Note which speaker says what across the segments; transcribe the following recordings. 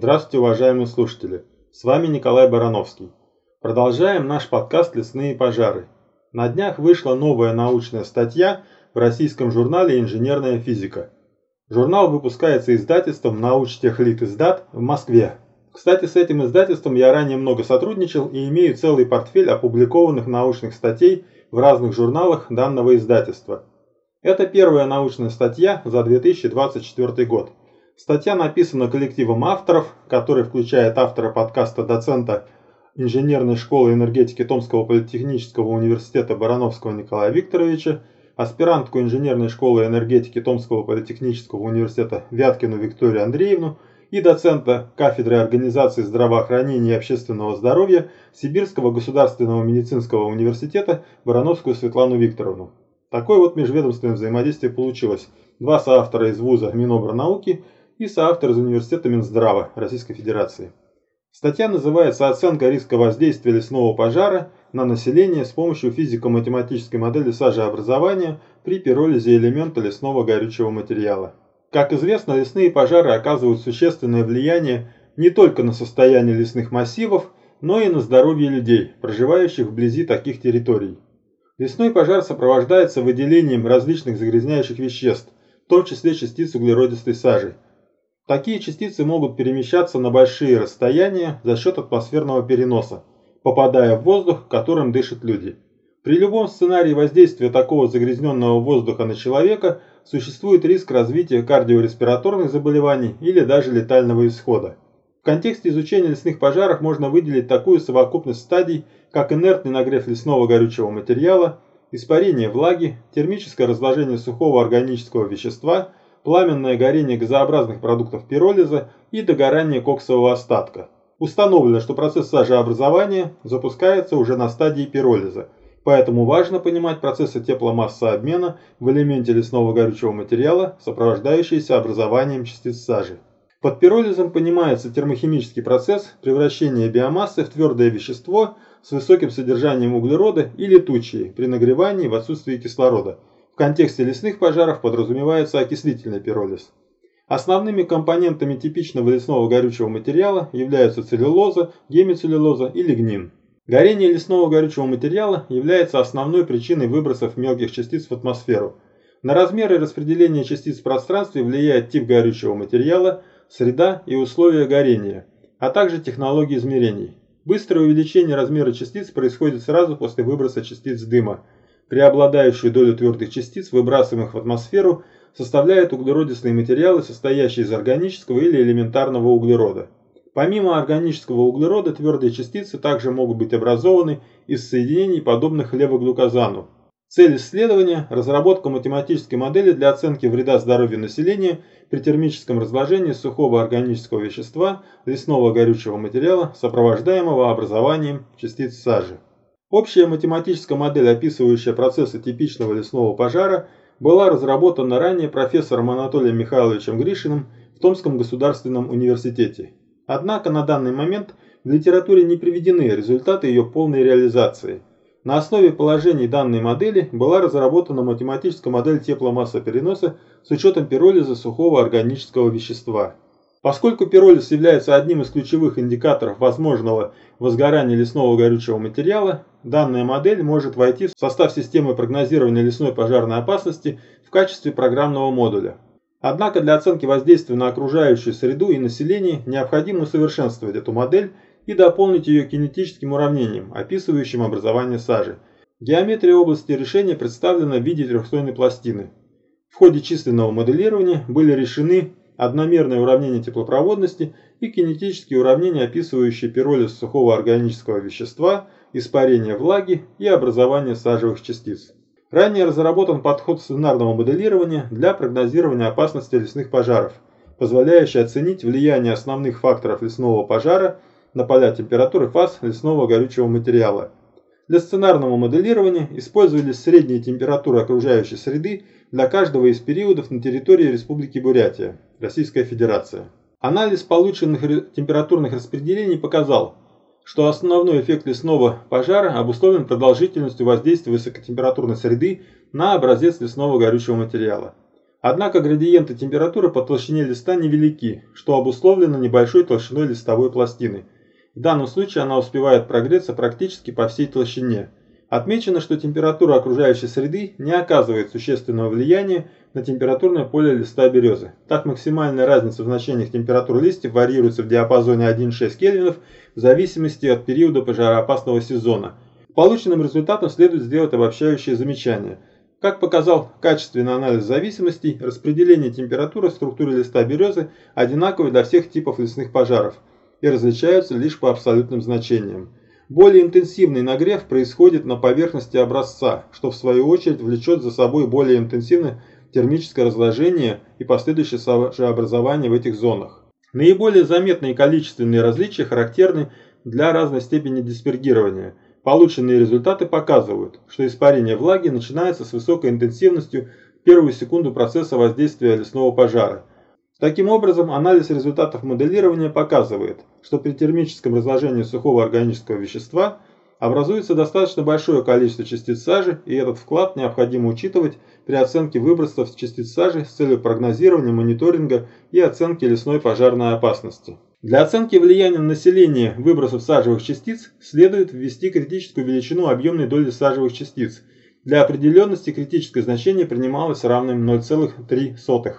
Speaker 1: Здравствуйте, уважаемые слушатели! С вами Николай Барановский. Продолжаем наш подкаст «Лесные пожары». На днях вышла новая научная статья в российском журнале «Инженерная физика». Журнал выпускается издательством «Научтехлитиздат» в Москве. Кстати, с этим издательством я ранее много сотрудничал и имею целый портфель опубликованных научных статей в разных журналах данного издательства. Это первая научная статья за 2024 год. Статья написана коллективом авторов, который включает автора подкаста доцента Инженерной школы энергетики Томского политехнического университета Барановского Николая Викторовича, аспирантку Инженерной школы энергетики Томского политехнического университета Вяткину Викторию Андреевну и доцента кафедры организации здравоохранения и общественного здоровья Сибирского государственного медицинского университета Барановскую Светлану Викторовну. Такое вот межведомственное взаимодействие получилось. Два соавтора из вуза Минобрнауки и соавтор из университета Минздрава Российской Федерации. Статья называется «Оценка риска воздействия лесного пожара на население с помощью физико-математической модели сажеобразования при пиролизе элемента лесного горючего материала». Как известно, лесные пожары оказывают существенное влияние не только на состояние лесных массивов, но и на здоровье людей, проживающих вблизи таких территорий. Лесной пожар сопровождается выделением различных загрязняющих веществ, в том числе частиц углеродистой сажи. Такие частицы могут перемещаться на большие расстояния за счет атмосферного переноса, попадая в воздух, которым дышат люди. При любом сценарии воздействия такого загрязненного воздуха на человека существует риск развития кардиореспираторных заболеваний или даже летального исхода. В контексте изучения лесных пожаров можно выделить такую совокупность стадий, как инертный нагрев лесного горючего материала, испарение влаги, термическое разложение сухого органического вещества, пламенное горение газообразных продуктов пиролиза и догорание коксового остатка. Установлено, что процесс сажеобразования запускается уже на стадии пиролиза, поэтому важно понимать процессы тепломассообмена в элементе лесного горючего материала, сопровождающиеся образованием частиц сажи. Под пиролизом понимается термохимический процесс превращения биомассы в твердое вещество с высоким содержанием углерода и летучие при нагревании в отсутствии кислорода. В контексте лесных пожаров подразумевается окислительный пиролиз. Основными компонентами типичного лесного горючего материала являются целлюлоза, гемицеллюлоза и лигнин. Горение лесного горючего материала является основной причиной выбросов мелких частиц в атмосферу. На размеры распределения частиц в пространстве влияет тип горючего материала, среда и условия горения, а также технологии измерений. Быстрое увеличение размера частиц происходит сразу после выброса частиц дыма. Преобладающую долю твердых частиц, выбрасываемых в атмосферу, составляют углеродистые материалы, состоящие из органического или элементарного углерода. Помимо органического углерода, твердые частицы также могут быть образованы из соединений, подобных левоглюкозану. Цель исследования – разработка математической модели для оценки вреда здоровью населения при термическом разложении сухого органического вещества лесного горючего материала, сопровождаемого образованием частиц сажи. Общая математическая модель, описывающая процессы типичного лесного пожара, была разработана ранее профессором Анатолием Михайловичем Гришиным в Томском государственном университете. Однако на данный момент в литературе не приведены результаты ее полной реализации. На основе положений данной модели была разработана математическая модель тепломассопереноса с учетом пиролиза сухого органического вещества. Поскольку пиролиз является одним из ключевых индикаторов возможного возгорания лесного горючего материала, данная модель может войти в состав системы прогнозирования лесной пожарной опасности в качестве программного модуля. Однако для оценки воздействия на окружающую среду и население необходимо усовершенствовать эту модель и дополнить ее кинетическим уравнением, описывающим образование сажи. Геометрия области решения представлена в виде трехслойной пластины. В ходе численного моделирования были решены одномерное уравнение теплопроводности и кинетические уравнения, описывающие пиролиз сухого органического вещества, испарение влаги и образование сажевых частиц. Ранее разработан подход сценарного моделирования для прогнозирования опасности лесных пожаров, позволяющий оценить влияние основных факторов лесного пожара на поля температуры фаз лесного горючего материала. Для сценарного моделирования использовались средние температуры окружающей среды для каждого из периодов на территории Республики Бурятия, Российская Федерация. Анализ полученных температурных распределений показал, что основной эффект лесного пожара обусловлен продолжительностью воздействия высокотемпературной среды на образец лесного горючего материала. Однако градиенты температуры по толщине листа невелики, что обусловлено небольшой толщиной листовой пластины. В данном случае она успевает прогреться практически по всей толщине. Отмечено, что температура окружающей среды не оказывает существенного влияния на температурное поле листа березы. Так, максимальная разница в значениях температур листьев варьируется в диапазоне 1,6 кельвинов в зависимости от периода пожароопасного сезона. К полученным результатам следует сделать обобщающее замечание. Как показал качественный анализ зависимостей, распределение температуры в структуре листа березы одинаково для всех типов лесных пожаров и различаются лишь по абсолютным значениям. Более интенсивный нагрев происходит на поверхности образца, что в свою очередь влечет за собой более интенсивное термическое разложение и последующее сажеобразование в этих зонах. Наиболее заметные количественные различия характерны для разной степени диспергирования. Полученные результаты показывают, что испарение влаги начинается с высокой интенсивностью в первую секунду процесса воздействия лесного пожара. Таким образом, анализ результатов моделирования показывает, что при термическом разложении сухого органического вещества образуется достаточно большое количество частиц сажи, и этот вклад необходимо учитывать при оценке выбросов частиц сажи с целью прогнозирования, мониторинга и оценки лесной пожарной опасности. Для оценки влияния на население выбросов сажевых частиц следует ввести критическую величину объемной доли сажевых частиц. Для определенности критическое значение принималось равным 0,3.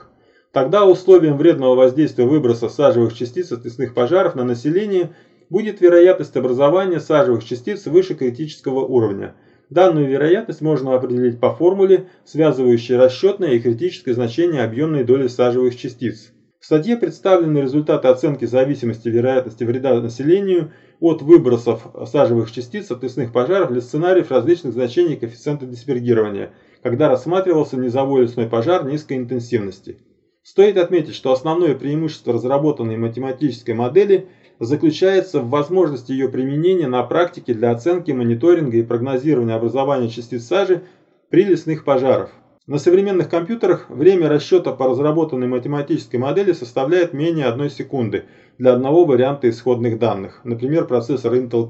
Speaker 1: Тогда условием вредного воздействия выброса сажевых частиц от лесных пожаров на население будет вероятность образования сажевых частиц выше критического уровня. Данную вероятность можно определить по формуле, связывающей расчетное и критическое значение объемной доли сажевых частиц. В статье представлены результаты оценки зависимости вероятности вреда населению от выбросов сажевых частиц от лесных пожаров для сценариев различных значений коэффициента диспергирования, когда рассматривался низовой лесной пожар низкой интенсивности. Стоит отметить, что основное преимущество разработанной математической модели заключается в возможности ее применения на практике для оценки, мониторинга и прогнозирования образования частиц сажи при лесных пожарах. На современных компьютерах время расчета по разработанной математической модели составляет менее 1 секунды для одного варианта исходных данных, например, процессор Intel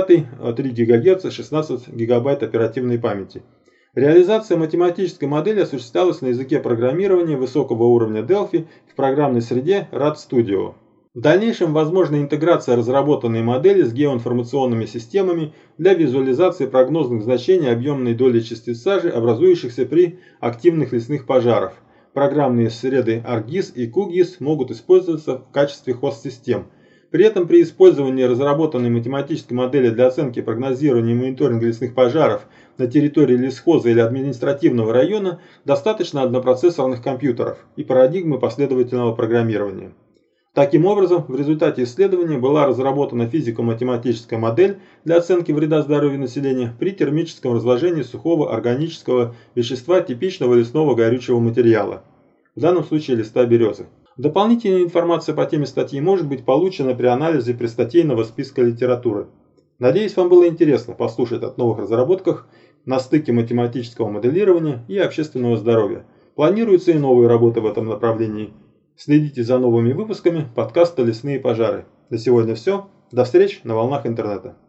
Speaker 1: i5 3 ГГц 16 ГБ оперативной памяти. Реализация математической модели осуществлялась на языке программирования высокого уровня Delphi в программной среде RAD Studio. В дальнейшем возможна интеграция разработанной модели с геоинформационными системами для визуализации прогнозных значений объемной доли частиц сажи, образующихся при активных лесных пожарах. Программные среды ArcGIS и QGIS могут использоваться в качестве хост-систем. При этом при использовании разработанной математической модели для оценки, прогнозирования и мониторинга лесных пожаров на территории лесхоза или административного района достаточно однопроцессорных компьютеров и парадигмы последовательного программирования. Таким образом, в результате исследования была разработана физико-математическая модель для оценки вреда здоровью населения при термическом разложении сухого органического вещества типичного лесного горючего материала, в данном случае листа березы. Дополнительная информация по теме статьи может быть получена при анализе престатейного списка литературы. Надеюсь, вам было интересно послушать о новых разработках на стыке математического моделирования и общественного здоровья. Планируются и новые работы в этом направлении. Следите за новыми выпусками подкаста «Лесные пожары». На сегодня все. До встречи на волнах интернета.